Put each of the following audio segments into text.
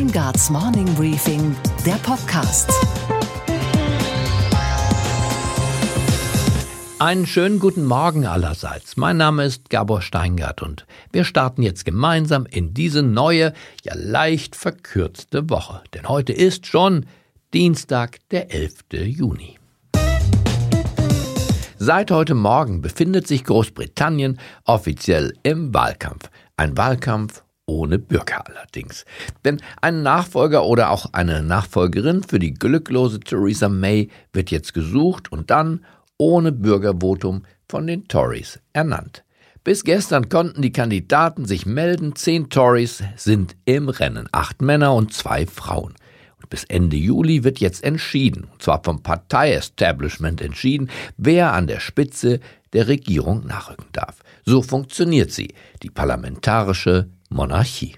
Steingarts Morning Briefing, der Podcast. Einen schönen guten Morgen allerseits. Mein Name ist Gabor Steingart und wir starten jetzt gemeinsam in diese neue, ja leicht verkürzte Woche. Denn heute ist schon Dienstag, der 11. Juni. Seit heute Morgen befindet sich Großbritannien offiziell im Wahlkampf. Ein Wahlkampf ohne Bürger allerdings. Denn ein Nachfolger oder auch eine Nachfolgerin für die glücklose Theresa May wird jetzt gesucht und dann ohne Bürgervotum von den Tories ernannt. Bis gestern konnten die Kandidaten sich melden. 10 Tories sind im Rennen, 8 Männer und 2 Frauen. Und bis Ende Juli wird jetzt entschieden, und zwar vom Partei-Establishment entschieden, wer an der Spitze der Regierung nachrücken darf. So funktioniert sie, die parlamentarische Monarchie.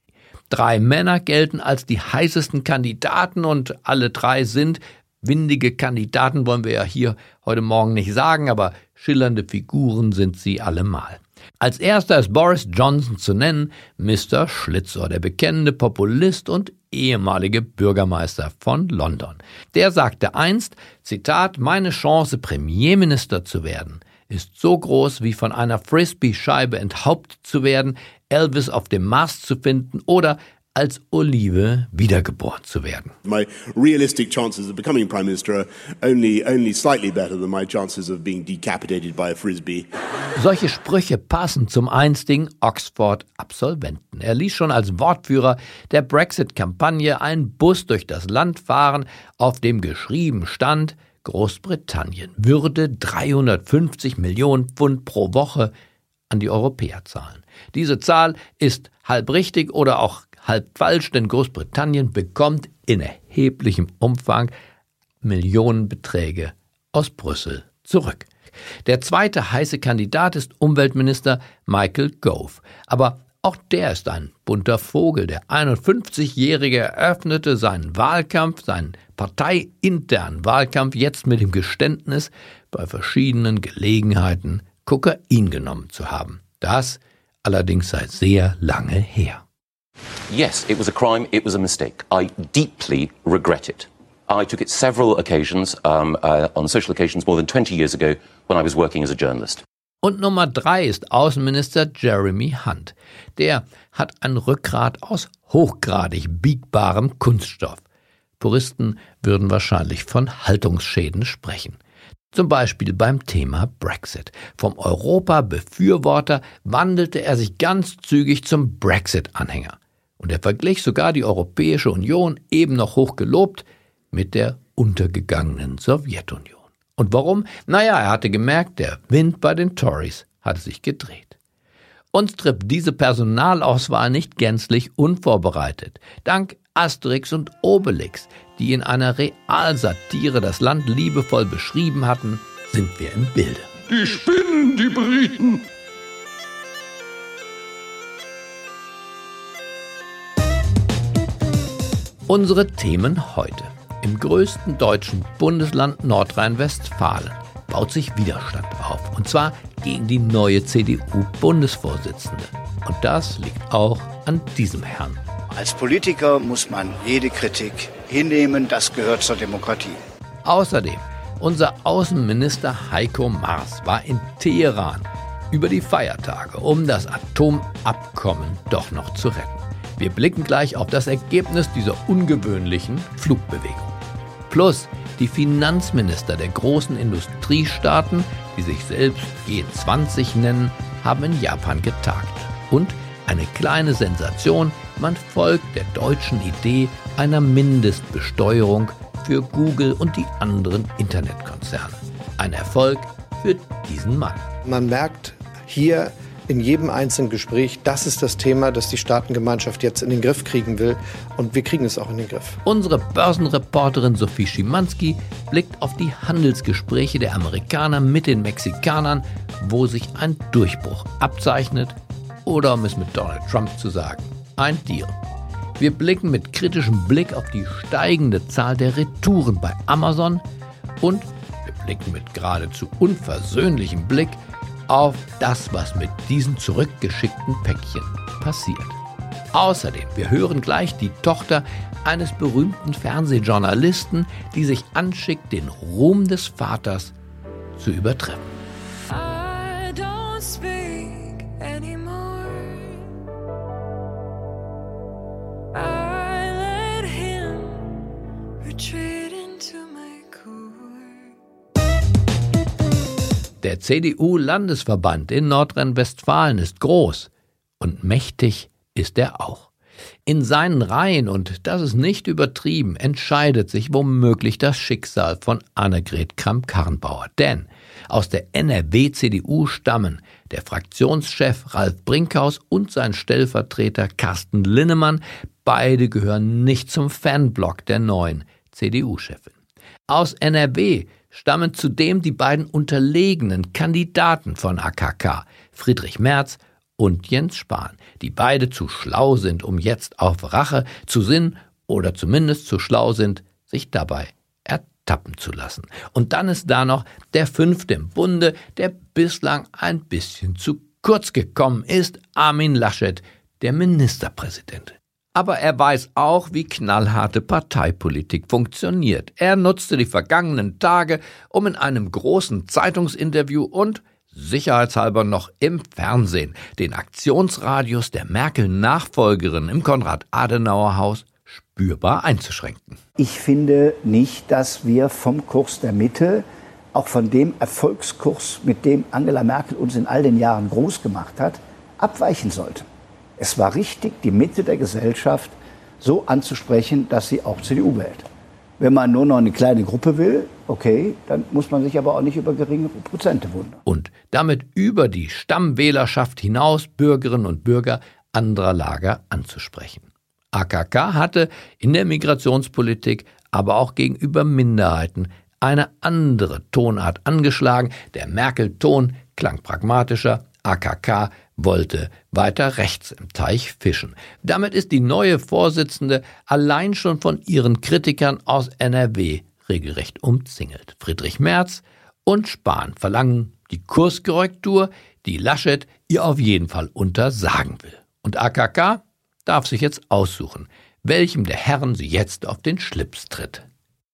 3 Männer gelten als die heißesten Kandidaten und alle 3 sind windige Kandidaten, wollen wir ja hier heute Morgen nicht sagen, aber schillernde Figuren sind sie allemal. Als erster ist Boris Johnson zu nennen, Mr. Schlitzohr, der bekennende Populist und ehemalige Bürgermeister von London. Der sagte einst, Zitat, meine Chance, Premierminister zu werden, ist so groß wie von einer Frisbee-Scheibe enthauptet zu werden, Elvis auf dem Mars zu finden oder als Olive wiedergeboren zu werden. My realistic chances of becoming Prime Minister are only slightly better than my chances of being decapitated by a Frisbee. Solche Sprüche passen zum einstigen Oxford-Absolventen. Er ließ schon als Wortführer der Brexit-Kampagne einen Bus durch das Land fahren, auf dem geschrieben stand, Großbritannien würde 350 Millionen Pfund pro Woche an die Europäer zahlen. Diese Zahl ist halb richtig oder auch halb falsch, denn Großbritannien bekommt in erheblichem Umfang Millionenbeträge aus Brüssel zurück. Der zweite heiße Kandidat ist Umweltminister Michael Gove. Aber auch der ist ein bunter Vogel. Der 51-Jährige eröffnete seinen Wahlkampf, seinen parteiinternen Wahlkampf, jetzt mit dem Geständnis, bei verschiedenen Gelegenheiten Kokain genommen zu haben. Das allerdings seit sehr lange her. Yes, it was a crime, it was a mistake. I deeply regret it. I took it several occasions, on social occasions more than 20 years ago when I was working as a journalist. Und Nummer 3 ist Außenminister Jeremy Hunt. Der hat ein Rückgrat aus hochgradig biegbarem Kunststoff. Puristen würden wahrscheinlich von Haltungsschäden sprechen. Zum Beispiel beim Thema Brexit. Vom Europa-Befürworter wandelte er sich ganz zügig zum Brexit-Anhänger. Und er verglich sogar die Europäische Union, eben noch hoch gelobt, mit der untergegangenen Sowjetunion. Und warum? Naja, er hatte gemerkt, der Wind bei den Tories hatte sich gedreht. Uns trifft diese Personalauswahl nicht gänzlich unvorbereitet. Dank Asterix und Obelix, die in einer Realsatire das Land liebevoll beschrieben hatten, sind wir im Bilde. Die spinnen, die Briten! Unsere Themen heute. Im größten deutschen Bundesland Nordrhein-Westfalen baut sich Widerstand auf. Und zwar gegen die neue CDU-Bundesvorsitzende. Und das liegt auch an diesem Herrn. Als Politiker muss man jede Kritik hinnehmen, das gehört zur Demokratie. Außerdem, unser Außenminister Heiko Maas war in Teheran über die Feiertage, um das Atomabkommen doch noch zu retten. Wir blicken gleich auf das Ergebnis dieser ungewöhnlichen Flugbewegung. Plus die Finanzminister der großen Industriestaaten, die sich selbst G20 nennen, haben in Japan getagt. Und eine kleine Sensation, man folgt der deutschen Idee einer Mindestbesteuerung für Google und die anderen Internetkonzerne. Ein Erfolg für diesen Mann. Man merkt hier in jedem einzelnen Gespräch, das ist das Thema, das die Staatengemeinschaft jetzt in den Griff kriegen will. Und wir kriegen es auch in den Griff. Unsere Börsenreporterin Sophie Schimanski blickt auf die Handelsgespräche der Amerikaner mit den Mexikanern, wo sich ein Durchbruch abzeichnet. Oder um es mit Donald Trump zu sagen, ein Deal. Wir blicken mit kritischem Blick auf die steigende Zahl der Retouren bei Amazon und wir blicken mit geradezu unversöhnlichem Blick auf das, was mit diesen zurückgeschickten Päckchen passiert. Außerdem, wir hören gleich die Tochter eines berühmten Fernsehjournalisten, die sich anschickt, den Ruhm des Vaters zu übertreffen. I don't speak anymore. I let him retreat into my core. Der CDU-Landesverband in Nordrhein-Westfalen ist groß und mächtig ist er auch. In seinen Reihen, und das ist nicht übertrieben, entscheidet sich womöglich das Schicksal von Annegret Kramp-Karrenbauer. Denn aus der NRW-CDU stammen der Fraktionschef Ralf Brinkhaus und sein Stellvertreter Carsten Linnemann. Beide gehören nicht zum Fanblock der neuen CDU-Chefin. Aus NRW stammen zudem die beiden unterlegenen Kandidaten von AKK, Friedrich Merz und Jens Spahn, die beide zu schlau sind, um jetzt auf Rache zu sinnen oder zumindest zu schlau sind, sich dabei ertappen zu lassen. Und dann ist da noch der fünfte im Bunde, der bislang ein bisschen zu kurz gekommen ist, Armin Laschet, der Ministerpräsident. Aber er weiß auch, wie knallharte Parteipolitik funktioniert. Er nutzte die vergangenen Tage, um in einem großen Zeitungsinterview und sicherheitshalber noch im Fernsehen den Aktionsradius der Merkel-Nachfolgerin im Konrad-Adenauer-Haus spürbar einzuschränken. Ich finde nicht, dass wir vom Kurs der Mitte, auch von dem Erfolgskurs, mit dem Angela Merkel uns in all den Jahren groß gemacht hat, abweichen sollten. Es war richtig, die Mitte der Gesellschaft so anzusprechen, dass sie auch CDU wählt. Wenn man nur noch eine kleine Gruppe will, okay, dann muss man sich aber auch nicht über geringere Prozente wundern. Und damit über die Stammwählerschaft hinaus Bürgerinnen und Bürger anderer Lager anzusprechen. AKK hatte in der Migrationspolitik, aber auch gegenüber Minderheiten eine andere Tonart angeschlagen. Der Merkel-Ton klang pragmatischer, AKK wollte weiter rechts im Teich fischen. Damit ist die neue Vorsitzende allein schon von ihren Kritikern aus NRW regelrecht umzingelt. Friedrich Merz und Spahn verlangen die Kurskorrektur, die Laschet ihr auf jeden Fall untersagen will. Und AKK darf sich jetzt aussuchen, welchem der Herren sie jetzt auf den Schlips tritt.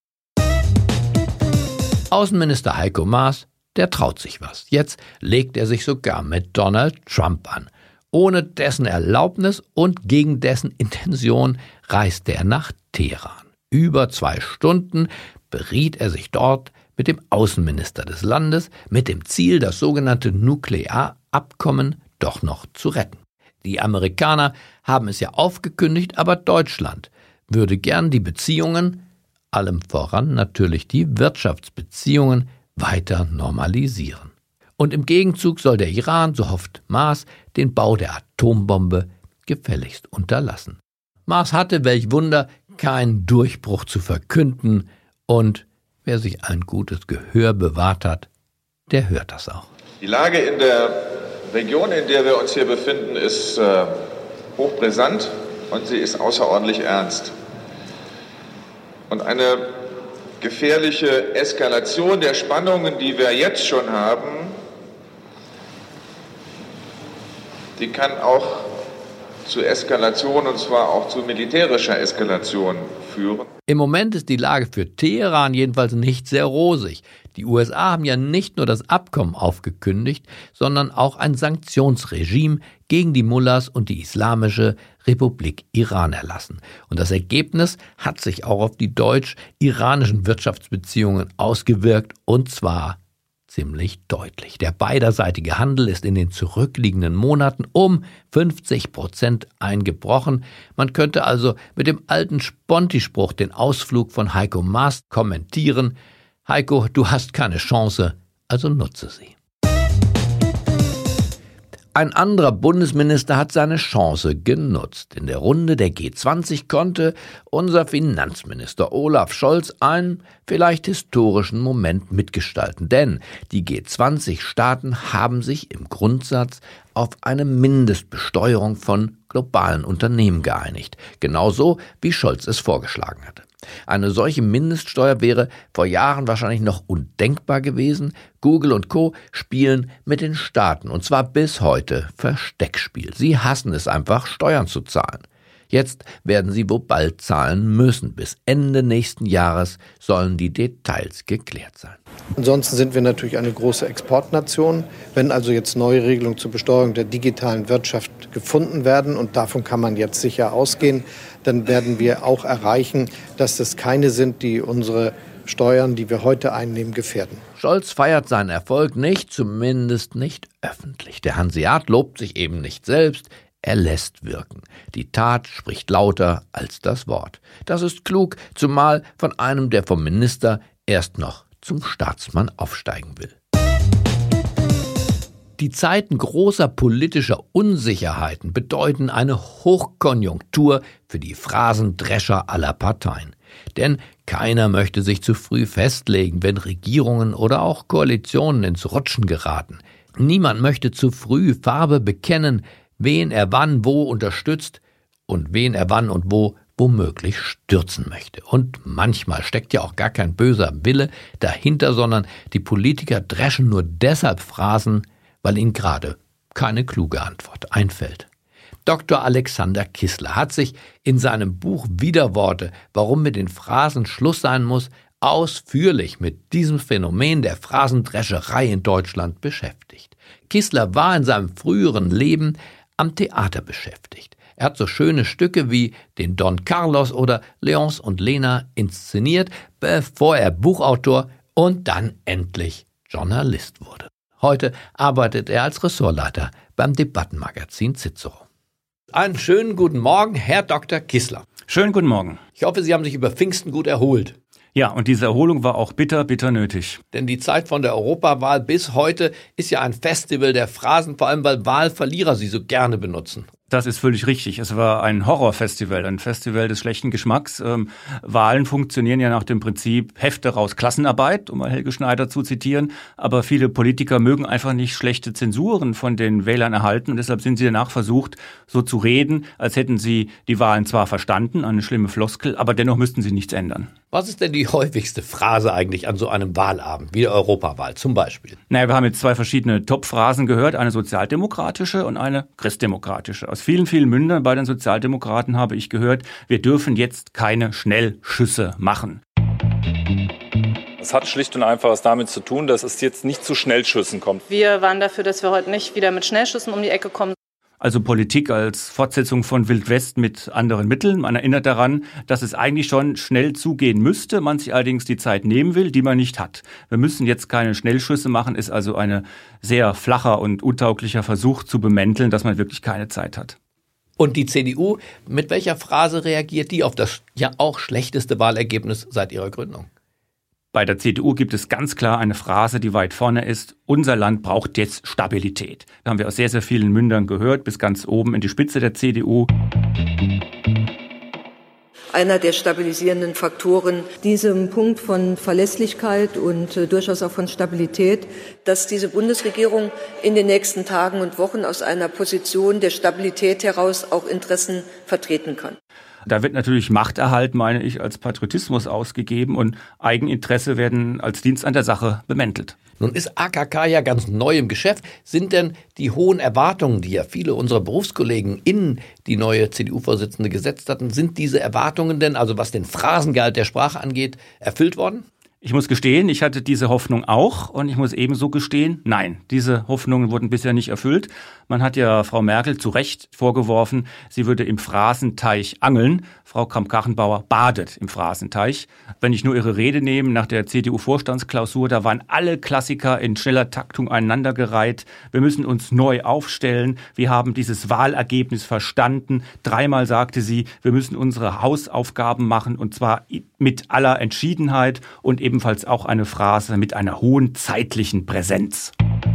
Außenminister Heiko Maas, der traut sich was. Jetzt legt er sich sogar mit Donald Trump an. Ohne dessen Erlaubnis und gegen dessen Intention reiste er nach Teheran. Über 2 Stunden beriet er sich dort mit dem Außenminister des Landes mit dem Ziel, das sogenannte Nuklearabkommen doch noch zu retten. Die Amerikaner haben es ja aufgekündigt, aber Deutschland würde gern die Beziehungen, allem voran natürlich die Wirtschaftsbeziehungen, weiter normalisieren. Und im Gegenzug soll der Iran, so hofft Maas, den Bau der Atombombe gefälligst unterlassen. Maas hatte, welch Wunder, keinen Durchbruch zu verkünden und wer sich ein gutes Gehör bewahrt hat, der hört das auch. Die Lage in der Region, in der wir uns hier befinden, ist hochbrisant und sie ist außerordentlich ernst. Und eine gefährliche Eskalation der Spannungen, die wir jetzt schon haben, die kann auch zu Eskalation, und zwar auch zu militärischer Eskalation führen. Im Moment ist die Lage für Teheran jedenfalls nicht sehr rosig. Die USA haben ja nicht nur das Abkommen aufgekündigt, sondern auch ein Sanktionsregime gegen die Mullahs und die Islamische Republik Iran erlassen. Und das Ergebnis hat sich auch auf die deutsch-iranischen Wirtschaftsbeziehungen ausgewirkt, und zwar ziemlich deutlich. Der beiderseitige Handel ist in den zurückliegenden Monaten um 50% eingebrochen. Man könnte also mit dem alten Sponti-Spruch den Ausflug von Heiko Maas kommentieren: Heiko, du hast keine Chance, also nutze sie. Ein anderer Bundesminister hat seine Chance genutzt. In der Runde der G20 konnte unser Finanzminister Olaf Scholz einen vielleicht historischen Moment mitgestalten. Denn die G20-Staaten haben sich im Grundsatz auf eine Mindestbesteuerung von globalen Unternehmen geeinigt. Genauso wie Scholz es vorgeschlagen hatte. Eine solche Mindeststeuer wäre vor Jahren wahrscheinlich noch undenkbar gewesen. Google und Co. spielen mit den Staaten, und zwar bis heute Versteckspiel. Sie hassen es einfach, Steuern zu zahlen. Jetzt werden sie wohl bald zahlen müssen. Bis Ende nächsten Jahres sollen die Details geklärt sein. Ansonsten sind wir natürlich eine große Exportnation. Wenn also jetzt neue Regelungen zur Besteuerung der digitalen Wirtschaft gefunden werden, und davon kann man jetzt sicher ausgehen, dann werden wir auch erreichen, dass das keine sind, die unsere Steuern, die wir heute einnehmen, gefährden. Scholz feiert seinen Erfolg nicht, zumindest nicht öffentlich. Der Hanseat lobt sich eben nicht selbst. Er lässt wirken. Die Tat spricht lauter als das Wort. Das ist klug, zumal von einem, der vom Minister erst noch zum Staatsmann aufsteigen will. Die Zeiten großer politischer Unsicherheiten bedeuten eine Hochkonjunktur für die Phrasendrescher aller Parteien. Denn keiner möchte sich zu früh festlegen, wenn Regierungen oder auch Koalitionen ins Rutschen geraten. Niemand möchte zu früh Farbe bekennen, wen er wann wo unterstützt und wen er wann und wo womöglich stürzen möchte. Und manchmal steckt ja auch gar kein böser Wille dahinter, sondern die Politiker dreschen nur deshalb Phrasen, weil ihnen gerade keine kluge Antwort einfällt. Dr. Alexander Kissler hat sich in seinem Buch Widerworte, warum mit den Phrasen Schluss sein muss, ausführlich mit diesem Phänomen der Phrasendrescherei in Deutschland beschäftigt. Kissler war in seinem früheren Leben am Theater beschäftigt. Er hat so schöne Stücke wie den Don Carlos oder Leonce und Lena inszeniert, bevor er Buchautor und dann endlich Journalist wurde. Heute arbeitet er als Ressortleiter beim Debattenmagazin Cicero. Einen schönen guten Morgen, Herr Dr. Kissler. Schönen guten Morgen. Ich hoffe, Sie haben sich über Pfingsten gut erholt. Ja, und diese Erholung war auch bitter nötig. Denn die Zeit von der Europawahl bis heute ist ja ein Festival der Phrasen, vor allem weil Wahlverlierer sie so gerne benutzen. Das ist völlig richtig. Es war ein Horrorfestival, ein Festival des schlechten Geschmacks. Wahlen funktionieren ja nach dem Prinzip Hefte raus Klassenarbeit, um mal Helge Schneider zu zitieren. Aber viele Politiker mögen einfach nicht schlechte Zensuren von den Wählern erhalten. Und deshalb sind sie danach versucht, so zu reden, als hätten sie die Wahlen zwar verstanden, eine schlimme Floskel, aber dennoch müssten sie nichts ändern. Was ist denn die häufigste Phrase eigentlich an so einem Wahlabend, wie der Europawahl zum Beispiel? Naja, wir haben jetzt zwei verschiedene Top-Phrasen gehört, eine sozialdemokratische und eine christdemokratische. Aus vielen Mündern bei den Sozialdemokraten habe ich gehört, wir dürfen jetzt keine Schnellschüsse machen. Es hat schlicht und einfach was damit zu tun, dass es jetzt nicht zu Schnellschüssen kommt. Wir waren dafür, dass wir heute nicht wieder mit Schnellschüssen um die Ecke kommen. Also Politik als Fortsetzung von Wild West mit anderen Mitteln. Man erinnert daran, dass es eigentlich schon schnell zugehen müsste, man sich allerdings die Zeit nehmen will, die man nicht hat. Wir müssen jetzt keine Schnellschüsse machen, ist also ein sehr flacher und untauglicher Versuch zu bemänteln, dass man wirklich keine Zeit hat. Und die CDU, mit welcher Phrase reagiert die auf das ja auch schlechteste Wahlergebnis seit ihrer Gründung? Bei der CDU gibt es ganz klar eine Phrase, die weit vorne ist. Unser Land braucht jetzt Stabilität. Da haben wir aus sehr, sehr vielen Mündern gehört, bis ganz oben in die Spitze der CDU. Einer der stabilisierenden Faktoren, diesem Punkt von Verlässlichkeit und durchaus auch von Stabilität, dass diese Bundesregierung in den nächsten Tagen und Wochen aus einer Position der Stabilität heraus auch Interessen vertreten kann. Da wird natürlich Machterhalt, meine ich, als Patriotismus ausgegeben und Eigeninteresse werden als Dienst an der Sache bemäntelt. Nun ist AKK ja ganz neu im Geschäft. Sind denn die hohen Erwartungen, die ja viele unserer Berufskollegen in die neue CDU-Vorsitzende gesetzt hatten, sind diese Erwartungen denn, also was den Phrasengehalt der Sprache angeht, erfüllt worden? Ich muss gestehen, ich hatte diese Hoffnung auch und ich muss ebenso gestehen, nein, diese Hoffnungen wurden bisher nicht erfüllt. Man hat ja Frau Merkel zu Recht vorgeworfen, sie würde im Phrasenteich angeln. Frau Kramp-Karrenbauer badet im Phrasenteich. Wenn ich nur ihre Rede nehme nach der CDU-Vorstandsklausur, da waren alle Klassiker in schneller Taktung aneinandergereiht. Wir müssen uns neu aufstellen. Wir haben dieses Wahlergebnis verstanden. 3-mal sagte sie, wir müssen unsere Hausaufgaben machen und zwar mit aller Entschiedenheit und ebenfalls auch eine Phrase mit einer hohen zeitlichen Präsenz.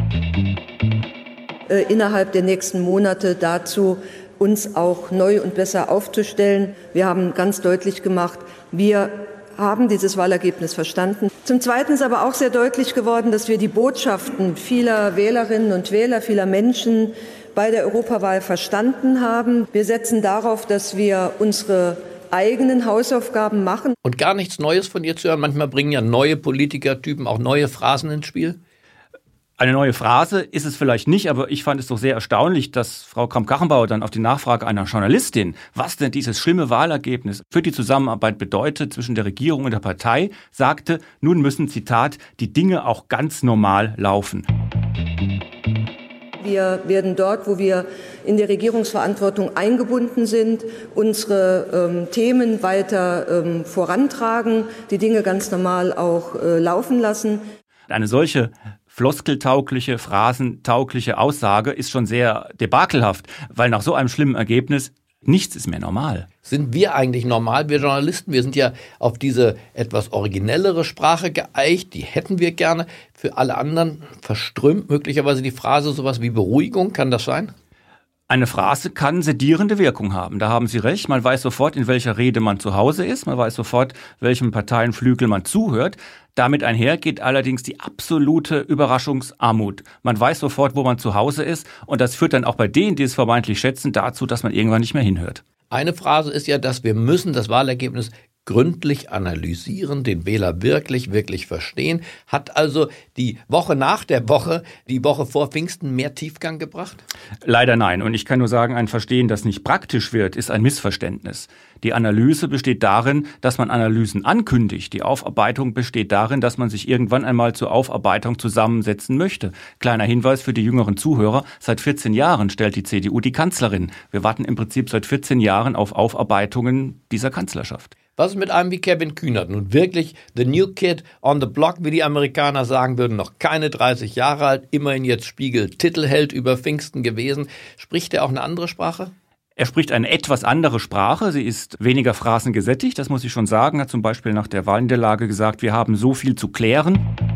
Innerhalb der nächsten Monate dazu, uns auch neu und besser aufzustellen. Wir haben ganz deutlich gemacht, wir haben dieses Wahlergebnis verstanden. Zum Zweiten ist aber auch sehr deutlich geworden, dass wir die Botschaften vieler Wählerinnen und Wähler, vieler Menschen bei der Europawahl verstanden haben. Wir setzen darauf, dass wir unsere eigenen Hausaufgaben machen. Und gar nichts Neues von ihr zu hören? Manchmal bringen ja neue Politikertypen auch neue Phrasen ins Spiel. Eine neue Phrase ist es vielleicht nicht, aber ich fand es doch sehr erstaunlich, dass Frau Kramp-Karrenbauer dann auf die Nachfrage einer Journalistin, was denn dieses schlimme Wahlergebnis für die Zusammenarbeit bedeutet zwischen der Regierung und der Partei, sagte, nun müssen, Zitat, die Dinge auch ganz normal laufen. Wir werden dort, wo wir in der Regierungsverantwortung eingebunden sind, unsere Themen weiter vorantragen, die Dinge ganz normal auch laufen lassen. Eine solche floskeltaugliche, phrasentaugliche Aussage ist schon sehr debakelhaft, weil nach so einem schlimmen Ergebnis nichts ist mehr normal. Sind wir eigentlich normal, wir Journalisten? Wir sind ja auf diese etwas originellere Sprache geeicht, die hätten wir gerne. Für alle anderen verströmt möglicherweise die Phrase sowas wie Beruhigung, kann das sein? Eine Phrase kann sedierende Wirkung haben, da haben Sie recht. Man weiß sofort, in welcher Rede man zu Hause ist, man weiß sofort, welchem Parteienflügel man zuhört. Damit einher geht allerdings die absolute Überraschungsarmut. Man weiß sofort, wo man zu Hause ist und das führt dann auch bei denen, die es vermeintlich schätzen, dazu, dass man irgendwann nicht mehr hinhört. Eine Phrase ist ja, dass wir müssen das Wahlergebnis gründlich analysieren, den Wähler wirklich verstehen. Hat also die Woche nach der Woche, die Woche vor Pfingsten mehr Tiefgang gebracht? Leider nein. Und ich kann nur sagen, ein Verstehen, das nicht praktisch wird, ist ein Missverständnis. Die Analyse besteht darin, dass man Analysen ankündigt. Die Aufarbeitung besteht darin, dass man sich irgendwann einmal zur Aufarbeitung zusammensetzen möchte. Kleiner Hinweis für die jüngeren Zuhörer. Seit 14 Jahren stellt die CDU die Kanzlerin. Wir warten im Prinzip seit 14 Jahren auf Aufarbeitungen dieser Kanzlerschaft. Was ist mit einem wie Kevin Kühnert? Nun wirklich the new kid on the block, wie die Amerikaner sagen würden, noch keine 30 Jahre alt, immerhin jetzt Spiegel-Titelheld über Pfingsten gewesen. Spricht er auch eine andere Sprache? Er spricht eine etwas andere Sprache. Sie ist weniger phrasengesättigt, das muss ich schon sagen. Er hat zum Beispiel nach der Wahlniederlage gesagt, wir haben so viel zu klären.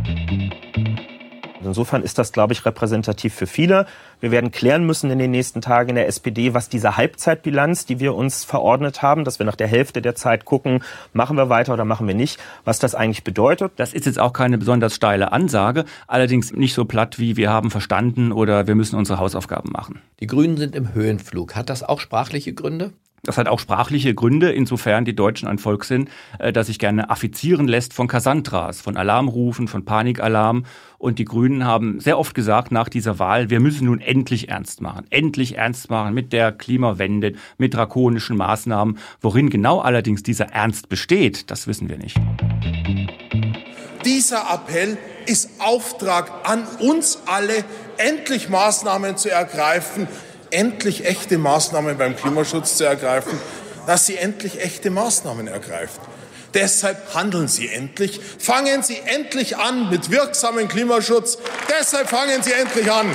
Insofern ist das, glaube ich, repräsentativ für viele. Wir werden klären müssen in den nächsten Tagen in der SPD, was diese Halbzeitbilanz, die wir uns verordnet haben, dass wir nach der Hälfte der Zeit gucken, machen wir weiter oder machen wir nicht, was das eigentlich bedeutet. Das ist jetzt auch keine besonders steile Ansage, allerdings nicht so platt wie wir haben verstanden oder wir müssen unsere Hausaufgaben machen. Die Grünen sind im Höhenflug. Hat das auch sprachliche Gründe? Das hat auch sprachliche Gründe, insofern die Deutschen ein Volk sind, das sich gerne affizieren lässt von Cassandras, von Alarmrufen, von Panikalarm. Und die Grünen haben sehr oft gesagt nach dieser Wahl, wir müssen nun endlich ernst machen mit der Klimawende, mit drakonischen Maßnahmen. Worin genau allerdings dieser Ernst besteht, das wissen wir nicht. Dieser Appell ist Auftrag an uns alle, endlich Maßnahmen zu ergreifen, endlich echte Maßnahmen beim Klimaschutz zu ergreifen, dass sie endlich echte Maßnahmen ergreift. Deshalb handeln Sie endlich. Fangen Sie endlich an mit wirksamem Klimaschutz. Deshalb fangen Sie endlich an.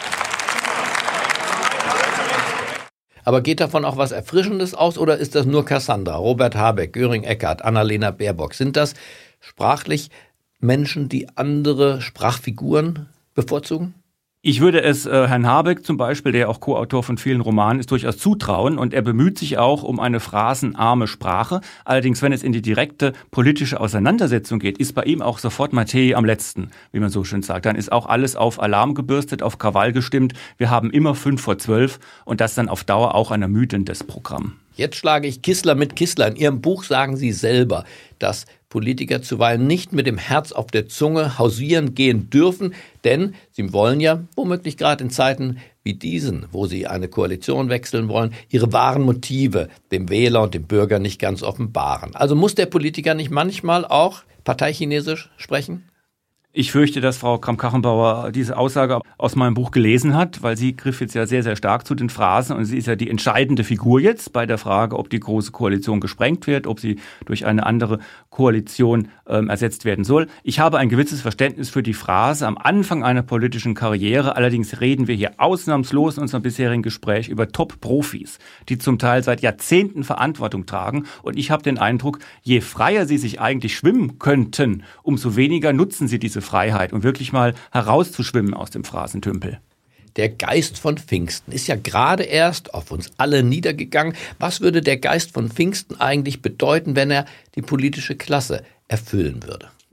Aber geht davon auch was Erfrischendes aus oder ist das nur Cassandra, Robert Habeck, Göring-Eckardt, Annalena Baerbock? Sind das sprachlich Menschen, die andere Sprachfiguren bevorzugen? Ich würde es Herrn Habeck zum Beispiel, der auch Co-Autor von vielen Romanen ist, durchaus zutrauen und er bemüht sich auch um eine phrasenarme Sprache. Allerdings, wenn es in die direkte politische Auseinandersetzung geht, ist bei ihm auch sofort Materie am letzten, wie man so schön sagt. Dann ist auch alles auf Alarm gebürstet, auf Krawall gestimmt. Wir haben immer 11:55 und das dann auf Dauer auch ein ermüdendes Programm. Jetzt schlage ich Kissler mit Kissler. In Ihrem Buch sagen Sie selber, dass Politiker zuweilen nicht mit dem Herz auf der Zunge hausieren gehen dürfen, denn sie wollen ja, womöglich gerade in Zeiten wie diesen, wo sie eine Koalition wechseln wollen, ihre wahren Motive dem Wähler und dem Bürger nicht ganz offenbaren. Also muss der Politiker nicht manchmal auch Parteichinesisch sprechen? Ich fürchte, dass Frau Kramp-Karrenbauer diese Aussage aus meinem Buch gelesen hat, weil sie griff jetzt ja sehr, sehr stark zu den Phrasen und sie ist ja die entscheidende Figur jetzt bei der Frage, ob die Große Koalition gesprengt wird, ob sie durch eine andere Koalition ersetzt werden soll. Ich habe ein gewisses Verständnis für die Phrase am Anfang einer politischen Karriere, allerdings reden wir hier ausnahmslos in unserem bisherigen Gespräch über Top-Profis, die zum Teil seit Jahrzehnten Verantwortung tragen und ich habe den Eindruck, je freier sie sich eigentlich schwimmen könnten, umso weniger nutzen sie diese Freiheit, um wirklich mal herauszuschwimmen aus dem Phrasentümpel. Der Geist von Pfingsten ist ja gerade erst auf uns alle niedergegangen. Was würde der Geist von Pfingsten eigentlich bedeuten, wenn er die politische Klasse erfüllen würde?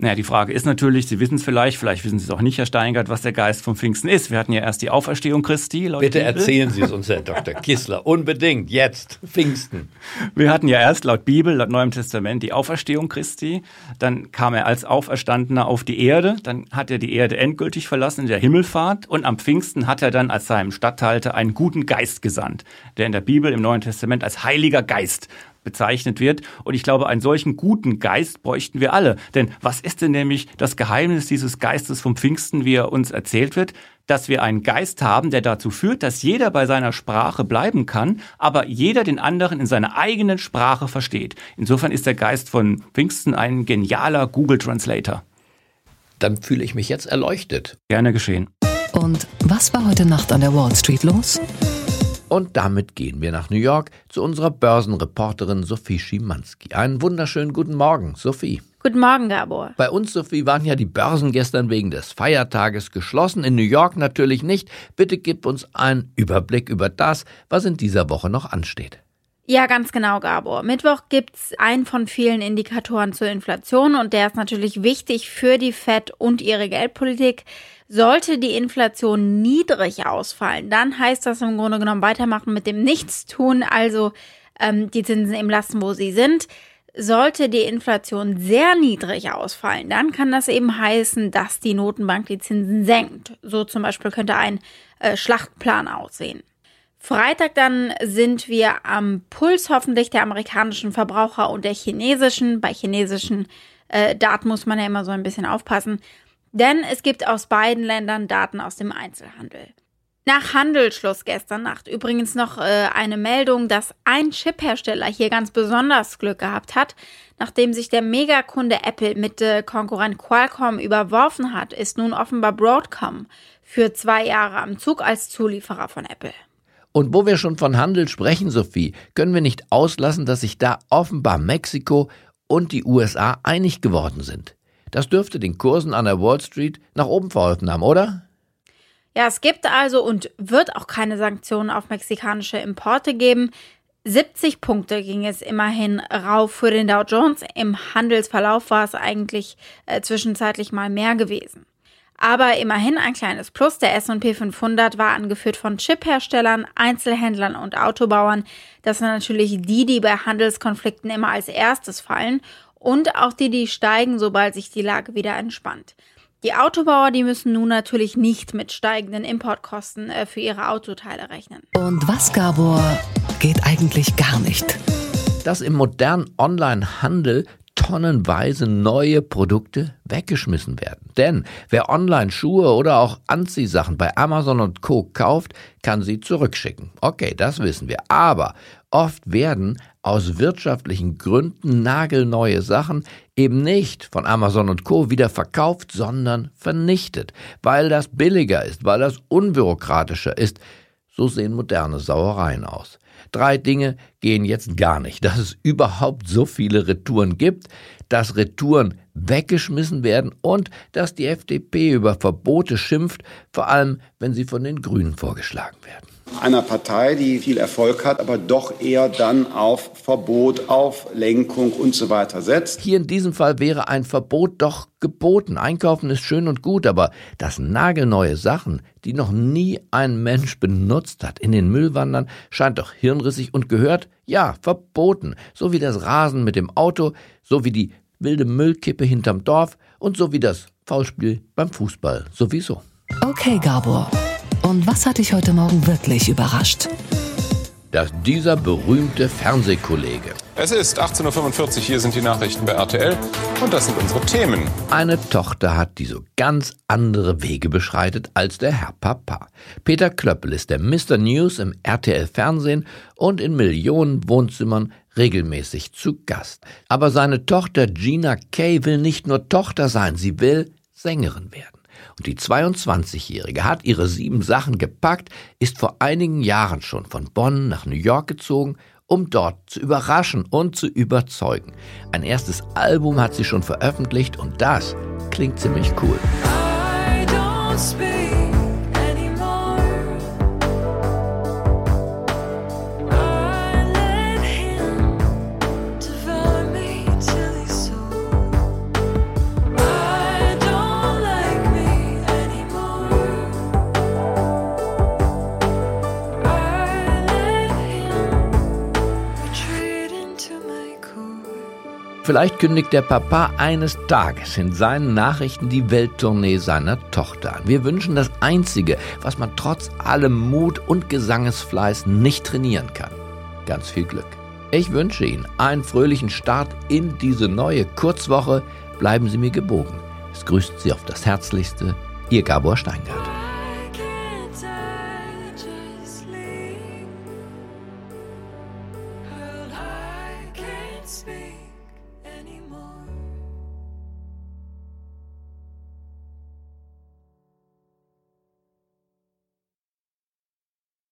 Naja, die Frage ist natürlich, Sie wissen es vielleicht wissen Sie es auch nicht, Herr Steingart, was der Geist vom Pfingsten ist. Wir hatten ja erst die Auferstehung Christi. Laut Bitte Bibel. erzählen Sie es uns, Herr Dr. Kissler, unbedingt, jetzt, Pfingsten. Wir hatten ja erst laut Bibel, laut Neuem Testament die Auferstehung Christi. Dann kam er als Auferstandener auf die Erde. Dann hat er die Erde endgültig verlassen in der Himmelfahrt. Und am Pfingsten hat er dann als seinem Statthalter einen guten Geist gesandt, der in der Bibel im Neuen Testament als Heiliger Geist bezeichnet wird. Und ich glaube, einen solchen guten Geist bräuchten wir alle. Denn was ist denn nämlich das Geheimnis dieses Geistes vom Pfingsten, wie er uns erzählt wird? Dass wir einen Geist haben, der dazu führt, dass jeder bei seiner Sprache bleiben kann, aber jeder den anderen in seiner eigenen Sprache versteht. Insofern ist der Geist von Pfingsten ein genialer Google Translator. Dann fühle ich mich jetzt erleuchtet. Gerne geschehen. Und was war heute Nacht an der Wall Street los? Und damit gehen wir nach New York zu unserer Börsenreporterin Sophie Schimanski. Einen wunderschönen guten Morgen, Sophie. Guten Morgen, Gabor. Bei uns, Sophie, waren ja die Börsen gestern wegen des Feiertages geschlossen. In New York natürlich nicht. Bitte gib uns einen Überblick über das, was in dieser Woche noch ansteht. Ja, ganz genau, Gabor. Mittwoch gibt's einen von vielen Indikatoren zur Inflation und der ist natürlich wichtig für die FED und ihre Geldpolitik. Sollte die Inflation niedrig ausfallen, dann heißt das im Grunde genommen weitermachen mit dem Nichtstun, also die Zinsen eben lassen, wo sie sind. Sollte die Inflation sehr niedrig ausfallen, dann kann das eben heißen, dass die Notenbank die Zinsen senkt. So zum Beispiel könnte ein Schlachtplan aussehen. Freitag dann sind wir am Puls hoffentlich der amerikanischen Verbraucher und der chinesischen. Bei chinesischen Daten muss man ja immer so ein bisschen aufpassen, denn es gibt aus beiden Ländern Daten aus dem Einzelhandel. Nach Handelsschluss gestern Nacht übrigens noch eine Meldung, dass ein Chiphersteller hier ganz besonders Glück gehabt hat. Nachdem sich der Megakunde Apple mit Konkurrent Qualcomm überworfen hat, ist nun offenbar Broadcom für 2 Jahre am Zug als Zulieferer von Apple. Und wo wir schon von Handel sprechen, Sophie, können wir nicht auslassen, dass sich da offenbar Mexiko und die USA einig geworden sind. Das dürfte den Kursen an der Wall Street nach oben verholfen haben, oder? Ja, es gibt also und wird auch keine Sanktionen auf mexikanische Importe geben. 70 Punkte ging es immerhin rauf für den Dow Jones. Im Handelsverlauf war es eigentlich zwischenzeitlich mal mehr gewesen. Aber immerhin ein kleines Plus. Der S&P 500 war angeführt von Chipherstellern, Einzelhändlern und Autobauern. Das sind natürlich die bei Handelskonflikten immer als erstes fallen und auch die steigen, sobald sich die Lage wieder entspannt. Die Autobauer, die müssen nun natürlich nicht mit steigenden Importkosten für ihre Autoteile rechnen. Und was, Gabor, geht eigentlich gar nicht? Dass im modernen Online-Handel tonnenweise neue Produkte weggeschmissen werden. Denn wer online Schuhe oder auch Anziehsachen bei Amazon und Co. kauft, kann sie zurückschicken. Okay, das wissen wir. Aber oft werden aus wirtschaftlichen Gründen nagelneue Sachen eben nicht von Amazon und Co. wieder verkauft, sondern vernichtet. Weil das billiger ist, weil das unbürokratischer ist. So sehen moderne Sauereien aus. 3 Dinge gehen jetzt gar nicht. Dass es überhaupt so viele Retouren gibt, dass Retouren weggeschmissen werden und dass die FDP über Verbote schimpft, vor allem wenn sie von den Grünen vorgeschlagen werden. Einer Partei, die viel Erfolg hat, aber doch eher dann auf Verbot, auf Lenkung und so weiter setzt. Hier in diesem Fall wäre ein Verbot doch geboten. Einkaufen ist schön und gut, aber dass nagelneue Sachen, die noch nie ein Mensch benutzt hat, in den Müll wandern, scheint doch hirnrissig und gehört, ja, verboten. So wie das Rasen mit dem Auto, so wie die wilde Müllkippe hinterm Dorf und so wie das Foulspiel beim Fußball sowieso. Okay, Gabor. Und was hat dich heute Morgen wirklich überrascht? Dass dieser berühmte Fernsehkollege. Es ist 18.45 Uhr, hier sind die Nachrichten bei RTL und das sind unsere Themen. Eine Tochter hat, die so ganz andere Wege beschreitet als der Herr Papa. Peter Klöppel ist der Mr. News im RTL-Fernsehen und in Millionen Wohnzimmern regelmäßig zu Gast. Aber seine Tochter Gina Kay will nicht nur Tochter sein, sie will Sängerin werden. Und die 22-Jährige hat ihre 7 Sachen gepackt, ist vor einigen Jahren schon von Bonn nach New York gezogen, um dort zu überraschen und zu überzeugen. Ein erstes Album hat sie schon veröffentlicht und das klingt ziemlich cool. I don't speak anymore. I let him devour me till he's sold. Vielleicht kündigt der Papa eines Tages in seinen Nachrichten die Welttournee seiner Tochter an. Wir wünschen das Einzige, was man trotz allem Mut und Gesangesfleiß nicht trainieren kann. Ganz viel Glück. Ich wünsche Ihnen einen fröhlichen Start in diese neue Kurzwoche. Bleiben Sie mir gewogen. Es grüßt Sie auf das Herzlichste, Ihr Gabor Steingart. Speak.